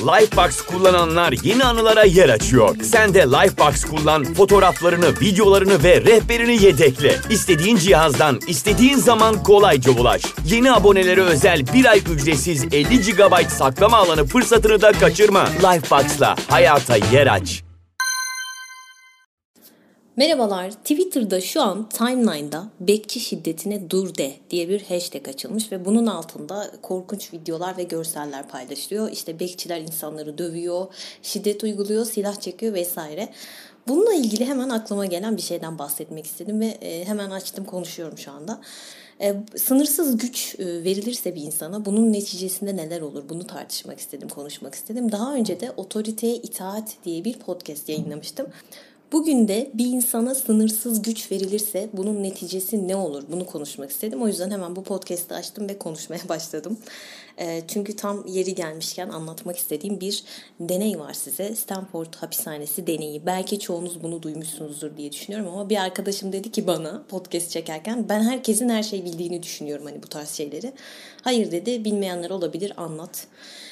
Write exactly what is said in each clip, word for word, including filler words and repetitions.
Lifebox kullananlar yeni anılara yer açıyor. Sen de Lifebox kullan, fotoğraflarını, videolarını ve rehberini yedekle. İstediğin cihazdan, istediğin zaman kolayca ulaş. Yeni abonelere özel bir ay ücretsiz elli gigabayt saklama alanı fırsatını da kaçırma. Lifebox'la hayata yer aç. Merhabalar, Twitter'da şu an timeline'da bekçi şiddetine dur de diye bir hashtag açılmış ve bunun altında korkunç videolar ve görseller paylaşılıyor. İşte bekçiler insanları dövüyor, şiddet uyguluyor, silah çekiyor vesaire. Bununla ilgili hemen aklıma gelen bir şeyden bahsetmek istedim ve hemen açtım, konuşuyorum şu anda. Sınırsız güç verilirse bir insana bunun neticesinde neler olur? Bunu tartışmak istedim, konuşmak istedim. Daha önce de Otoriteye İtaat diye bir podcast yayınlamıştım. Bugün de bir insana sınırsız güç verilirse bunun neticesi ne olur? Bunu konuşmak istedim. O yüzden hemen bu podcast'ı açtım ve konuşmaya başladım. E, çünkü tam yeri gelmişken anlatmak istediğim bir deney var size. Stanford hapishanesi deneyi. Belki çoğunuz bunu duymuşsunuzdur diye düşünüyorum ama bir arkadaşım dedi ki bana podcast çekerken ben herkesin her şeyi bildiğini düşünüyorum hani bu tarz şeyleri. Hayır dedi, bilmeyenler olabilir, anlat.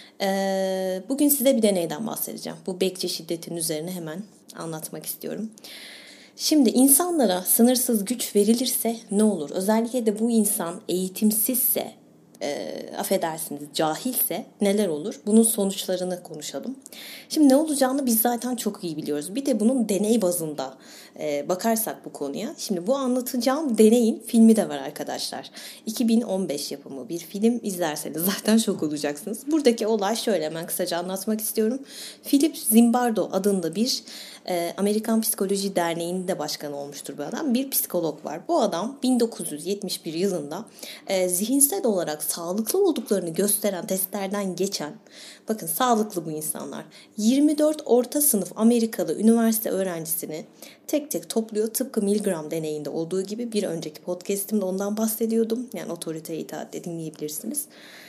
E, bugün size bir deneyden bahsedeceğim. Bu bekçi şiddetinin üzerine hemen anlatmak istiyorum. Şimdi insanlara sınırsız güç verilirse ne olur? Özellikle de bu insan eğitimsizse, e, affedersiniz cahilse neler olur? Bunun sonuçlarını konuşalım. Şimdi ne olacağını biz zaten çok iyi biliyoruz. Bir de bunun deney bazında e, bakarsak bu konuya. Şimdi bu anlatacağım deneyin filmi de var arkadaşlar. iki bin on beş yapımı bir film, izlerseniz zaten şok olacaksınız. Buradaki olay şöyle, hemen kısaca anlatmak istiyorum. Philip Zimbardo adında bir e, Amerikan Psikoloji Derneği'nin de başkanı olmuştur bu adam. Bir psikolog var. Bu adam bin dokuz yüz yetmiş bir yılında e, zihinsel olarak sağlıklı olduklarını gösteren testlerden geçen, bakın sağlıklı bu insanlar, yirmi dört orta sınıf Amerikalı üniversite öğrencisini tek tek topluyor. Tıpkı Milgram deneyinde olduğu gibi, bir önceki podcastimde ondan bahsediyordum. Yani Otoriteye İtaat'te dinleyebilirsiniz.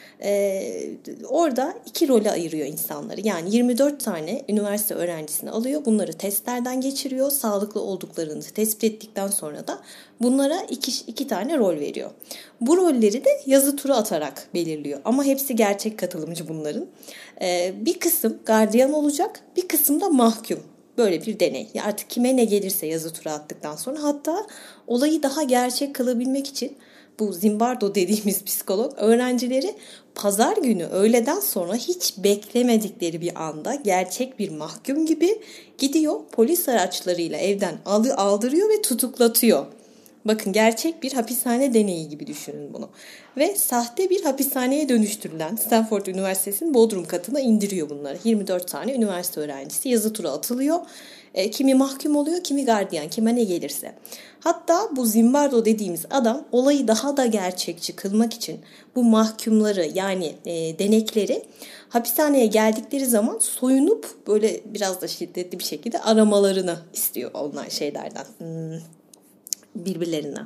Ee, orada iki role ayırıyor insanları. Yani yirmi dört tane üniversite öğrencisini alıyor. Bunları testlerden geçiriyor. Sağlıklı olduklarını tespit ettikten sonra da bunlara iki, iki tane rol veriyor. Bu rolleri de yazı tura atarak belirliyor. Ama hepsi gerçek katılımcı bunların. Ee, bir kısım gardiyan olacak, bir kısım da mahkum. Böyle bir deney. Ya artık kime ne gelirse yazı tura attıktan sonra, hatta olayı daha gerçek kılabilmek için bu Zimbardo dediğimiz psikolog öğrencileri pazar günü öğleden sonra hiç beklemedikleri bir anda gerçek bir mahkum gibi gidiyor, polis araçlarıyla evden aldırıyor ve tutuklatıyor. Bakın, gerçek bir hapishane deneyi gibi düşünün bunu. Ve sahte bir hapishaneye dönüştürülen Stanford Üniversitesi'nin Bodrum katına indiriyor bunları. yirmi dört tane üniversite öğrencisi yazı tura atılıyor. E, kimi mahkum oluyor, kimi gardiyan, kime ne gelirse. Hatta bu Zimbardo dediğimiz adam olayı daha da gerçekçi kılmak için bu mahkumları, yani e, denekleri hapishaneye geldikleri zaman soyunup böyle biraz da şiddetli bir şekilde aramalarını istiyor onlar şeylerden, hmm, birbirlerinden.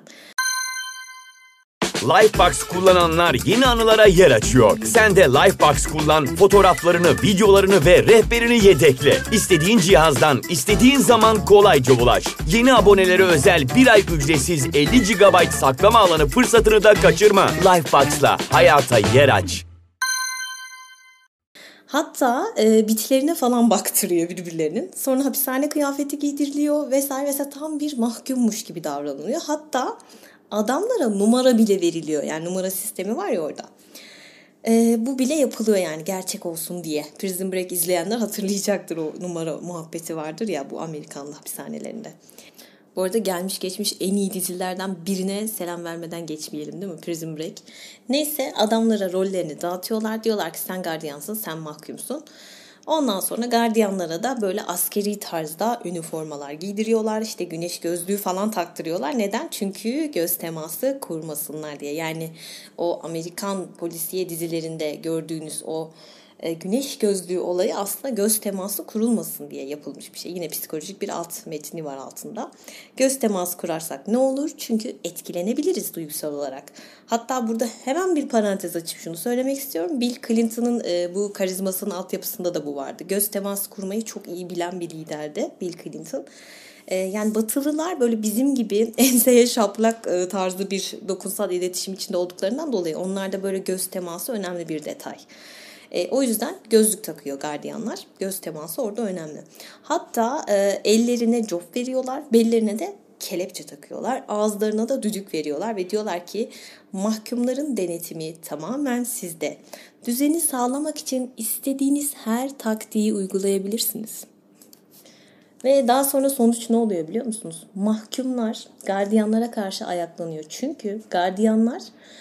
Lifebox kullananlar yeni anılara yer açıyor. Sen de Lifebox kullan, fotoğraflarını, videolarını ve rehberini yedekle. İstediğin cihazdan, istediğin zaman kolayca ulaş. Yeni abonelere özel bir ay ücretsiz elli gigabayt saklama alanı fırsatını da kaçırma. Lifebox'la hayata yer aç. Hatta e, bitlerine falan baktırıyor birbirlerinin. Sonra hapishane kıyafeti giydiriliyor vesaire vesaire, tam bir mahkummuş gibi davranılıyor. Hatta adamlara numara bile veriliyor. Yani numara sistemi var ya orada. Ee, bu bile yapılıyor yani, gerçek olsun diye. Prison Break izleyenler hatırlayacaktır, o numara muhabbeti vardır ya bu Amerikan hapishanelerinde. Bu arada gelmiş geçmiş en iyi dizilerden birine selam vermeden geçmeyelim değil mi? Prison Break. Neyse, adamlara rollerini dağıtıyorlar. Diyorlar ki sen gardiyansın, sen mahkumsun. Ondan sonra gardiyanlara da böyle askeri tarzda üniformalar giydiriyorlar. İşte güneş gözlüğü falan taktırıyorlar. Neden? Çünkü göz teması kurmasınlar diye. Yani o Amerikan polisiye dizilerinde gördüğünüz o e, güneş gözlüğü olayı aslında göz teması kurulmasın diye yapılmış bir şey. Yine psikolojik bir alt metni var altında. Göz teması kurarsak ne olur? Çünkü etkilenebiliriz duygusal olarak. Hatta burada hemen bir parantez açıp şunu söylemek istiyorum. Bill Clinton'ın e, bu karizmasının altyapısında da bu vardı. Göz teması kurmayı çok iyi bilen bir liderdi Bill Clinton. E, yani Batılılar böyle bizim gibi enseye şaplak e, tarzı bir dokunsal iletişim içinde olduklarından dolayı onlarda böyle göz teması önemli bir detay. E, o yüzden gözlük takıyor gardiyanlar. Göz teması orada önemli. Hatta e, ellerine cop veriyorlar, bellerine de kelepçe takıyorlar. Ağızlarına da düdük veriyorlar ve diyorlar ki mahkumların denetimi tamamen sizde. Düzeni sağlamak için istediğiniz her taktiği uygulayabilirsiniz. Ve daha sonra sonuç ne oluyor biliyor musunuz? Mahkumlar gardiyanlara karşı ayaklanıyor. Çünkü gardiyanlar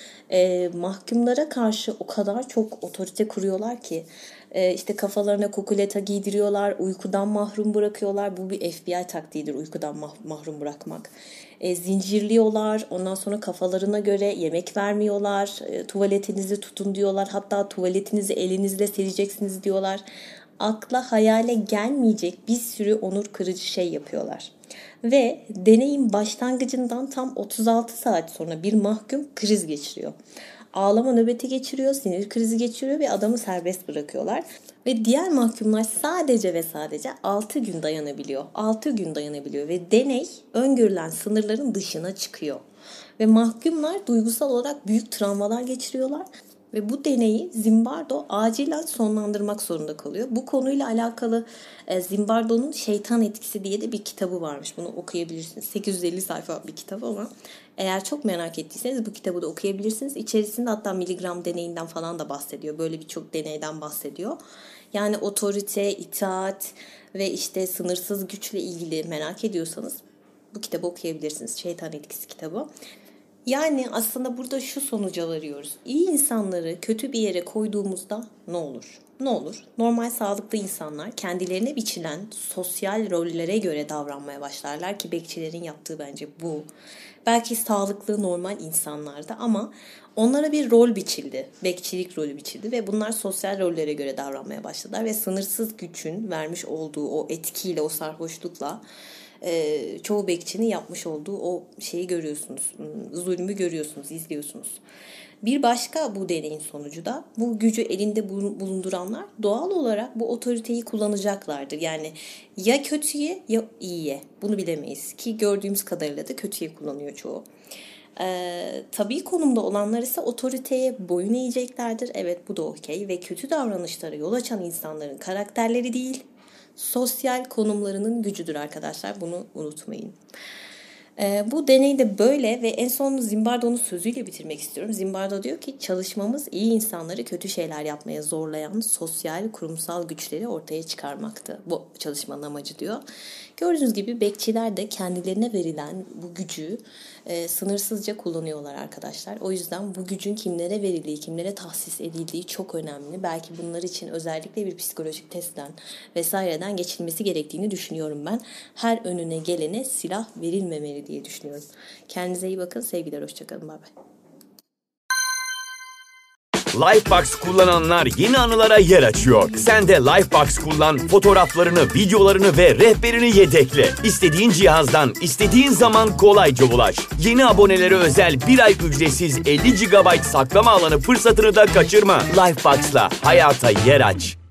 e, mahkumlara karşı o kadar çok otorite kuruyorlar ki e, işte kafalarına kukuleta giydiriyorlar, uykudan mahrum bırakıyorlar. Bu bir F B I taktiğidir, uykudan mah- mahrum bırakmak. E, zincirliyorlar, ondan sonra kafalarına göre yemek vermiyorlar, e, tuvaletinizi tutun diyorlar. Hatta tuvaletinizi elinizle sileceksiniz diyorlar. Akla hayale gelmeyecek bir sürü onur kırıcı şey yapıyorlar. Ve deneyin başlangıcından tam otuz altı saat sonra bir mahkum kriz geçiriyor. Ağlama nöbeti geçiriyor, sinir krizi geçiriyor ve adamı serbest bırakıyorlar. Ve diğer mahkumlar sadece ve sadece altı gün dayanabiliyor. altı gün dayanabiliyor ve deney öngörülen sınırların dışına çıkıyor. Ve mahkumlar duygusal olarak büyük travmalar geçiriyorlar. Ve bu deneyi Zimbardo acilen sonlandırmak zorunda kalıyor. Bu konuyla alakalı e, Zimbardo'nun Şeytan Etkisi diye de bir kitabı varmış. Bunu okuyabilirsiniz. sekiz yüz elli sayfa bir kitap ama eğer çok merak ettiyseniz bu kitabı da okuyabilirsiniz. İçerisinde hatta miligram deneyinden falan da bahsediyor. Böyle birçok deneyden bahsediyor. Yani otorite, itaat ve işte sınırsız güçle ilgili merak ediyorsanız bu kitabı okuyabilirsiniz. Şeytan Etkisi kitabı. Yani aslında burada şu sonuca varıyoruz. İyi insanları kötü bir yere koyduğumuzda ne olur? Ne olur? Normal sağlıklı insanlar kendilerine biçilen sosyal rollere göre davranmaya başlarlar ki bekçilerin yaptığı bence bu. Belki sağlıklı normal insanlardı ama onlara bir rol biçildi. Bekçilik rolü biçildi ve bunlar sosyal rollere göre davranmaya başladılar ve sınırsız gücün vermiş olduğu o etkiyle, o sarhoşlukla Ee, çoğu bekçinin yapmış olduğu o şeyi görüyorsunuz, zulmü görüyorsunuz, izliyorsunuz. Bir başka bu deneyin sonucu da bu gücü elinde bulunduranlar doğal olarak bu otoriteyi kullanacaklardır. Yani ya kötüye ya iyiye, bunu bilemeyiz ki gördüğümüz kadarıyla da kötüye kullanıyor çoğu. Ee, tabii konumda olanlar ise otoriteye boyun eğeceklerdir. Evet, bu da okey ve kötü davranışlara yol açan insanların karakterleri değil, sosyal konumlarının gücüdür arkadaşlar. Bunu unutmayın. Ee, bu deney de böyle ve en son Zimbardo'nun sözüyle bitirmek istiyorum. Zimbardo diyor ki çalışmamız iyi insanları kötü şeyler yapmaya zorlayan sosyal, kurumsal güçleri ortaya çıkarmaktı. Bu çalışmanın amacı diyor. Gördüğünüz gibi bekçiler de kendilerine verilen bu gücü e, sınırsızca kullanıyorlar arkadaşlar. O yüzden bu gücün kimlere verildiği, kimlere tahsis edildiği çok önemli. Belki bunlar için özellikle bir psikolojik testten vesaireden geçilmesi gerektiğini düşünüyorum ben. Her önüne gelene silah verilmemeli diye düşünüyorum. Kendinize iyi bakın. Sevgiler, hoşçakalın. Bay bay. Lifebox kullananlar yeni anılara yer açıyor. Sen de Lifebox kullan, fotoğraflarını, videolarını ve rehberini yedekle. İstediğin cihazdan, istediğin zaman kolayca ulaş. Yeni abonelere özel bir ay ücretsiz elli gigabayt saklama alanı fırsatını da kaçırma. Lifebox'la hayata yer aç.